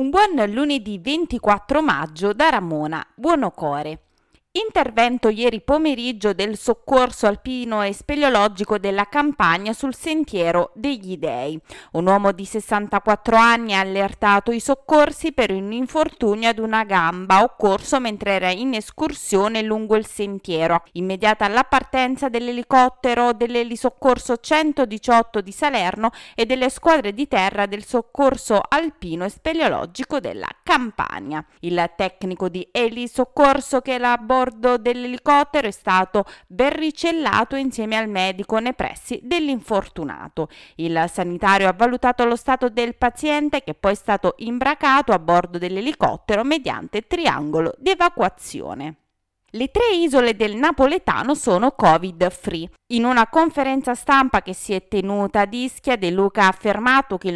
Un buon lunedì 24 maggio da Ramona Buonocore. Intervento ieri pomeriggio del soccorso alpino e speleologico della Campania sul Sentiero degli Dei. Un uomo di 64 anni ha allertato i soccorsi per un infortunio ad una gamba occorso mentre era in escursione lungo il sentiero. Immediata la partenza dell'elicottero dell'elisoccorso 118 di Salerno e delle squadre di terra del soccorso alpino e speleologico della Campania. Il tecnico di elisoccorso che era a bordo dell'elicottero è stato verricellato insieme al medico nei pressi dell'infortunato. Il sanitario ha valutato lo stato del paziente, che poi è stato imbracato a bordo dell'elicottero mediante triangolo di evacuazione. Le 3 isole del napoletano sono Covid-free. In una conferenza stampa che si è tenuta ad Ischia, De Luca ha affermato che il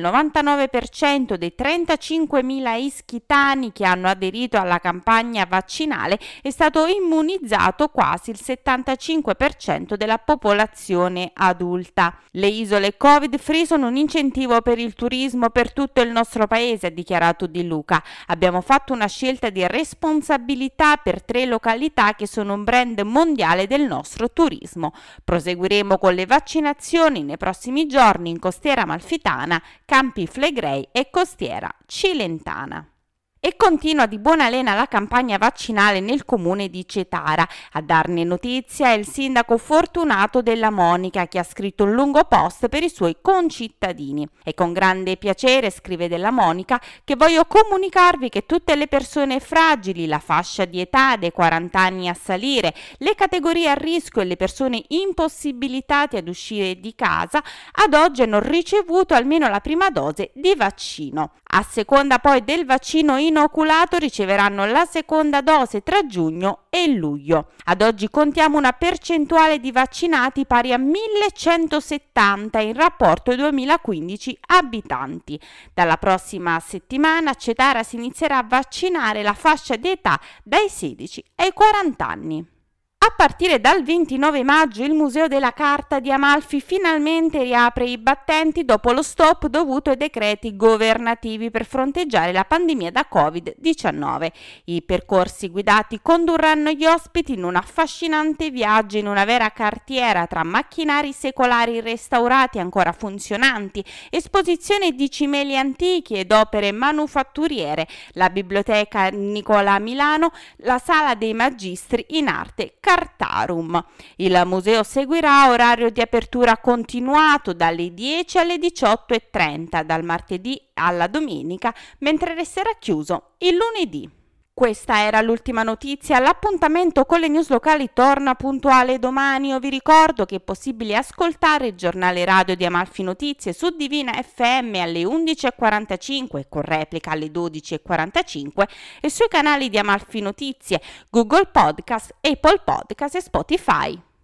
99% dei 35.000 ischitani che hanno aderito alla campagna vaccinale è stato immunizzato quasi il 75% della popolazione adulta. Le isole Covid-free sono un incentivo per il turismo per tutto il nostro paese, ha dichiarato De Luca. Abbiamo fatto una scelta di responsabilità per 3 località che sono un brand mondiale del nostro turismo. Proseguiremo con le vaccinazioni nei prossimi giorni in Costiera Amalfitana, Campi Flegrei e Costiera Cilentana. E continua di buona lena la campagna vaccinale nel comune di Cetara. A darne notizia è il sindaco Fortunato Della Monica, che ha scritto un lungo post per i suoi concittadini. È con grande piacere, scrive Della Monica, che voglio comunicarvi che tutte le persone fragili, la fascia di età dei 40 anni a salire, le categorie a rischio e le persone impossibilitate ad uscire di casa ad oggi hanno ricevuto almeno la prima dose di vaccino. A seconda poi del vaccino inoculato riceveranno la seconda dose tra giugno e luglio. Ad oggi contiamo una percentuale di vaccinati pari a 1170 in rapporto ai 2015 abitanti. Dalla prossima settimana a Cetara si inizierà a vaccinare la fascia di età dai 16 ai 40 anni. A partire dal 29 maggio il Museo della Carta di Amalfi finalmente riapre i battenti dopo lo stop dovuto ai decreti governativi per fronteggiare la pandemia da Covid-19. I percorsi guidati condurranno gli ospiti in un affascinante viaggio in una vera cartiera tra macchinari secolari restaurati ancora funzionanti, esposizioni di cimeli antichi ed opere manufatturiere, la biblioteca Nicola a Milano, la sala dei magistri in arte Cartarum. Il museo seguirà orario di apertura continuato dalle 10 alle 18:30 dal martedì alla domenica, mentre resterà chiuso il lunedì. Questa era l'ultima notizia. L'appuntamento con le news locali torna puntuale domani. Io vi ricordo che è possibile ascoltare il giornale radio di Amalfi Notizie su Divina FM alle 11:45 con replica alle 12:45 e sui canali di Amalfi Notizie, Google Podcast, Apple Podcast e Spotify.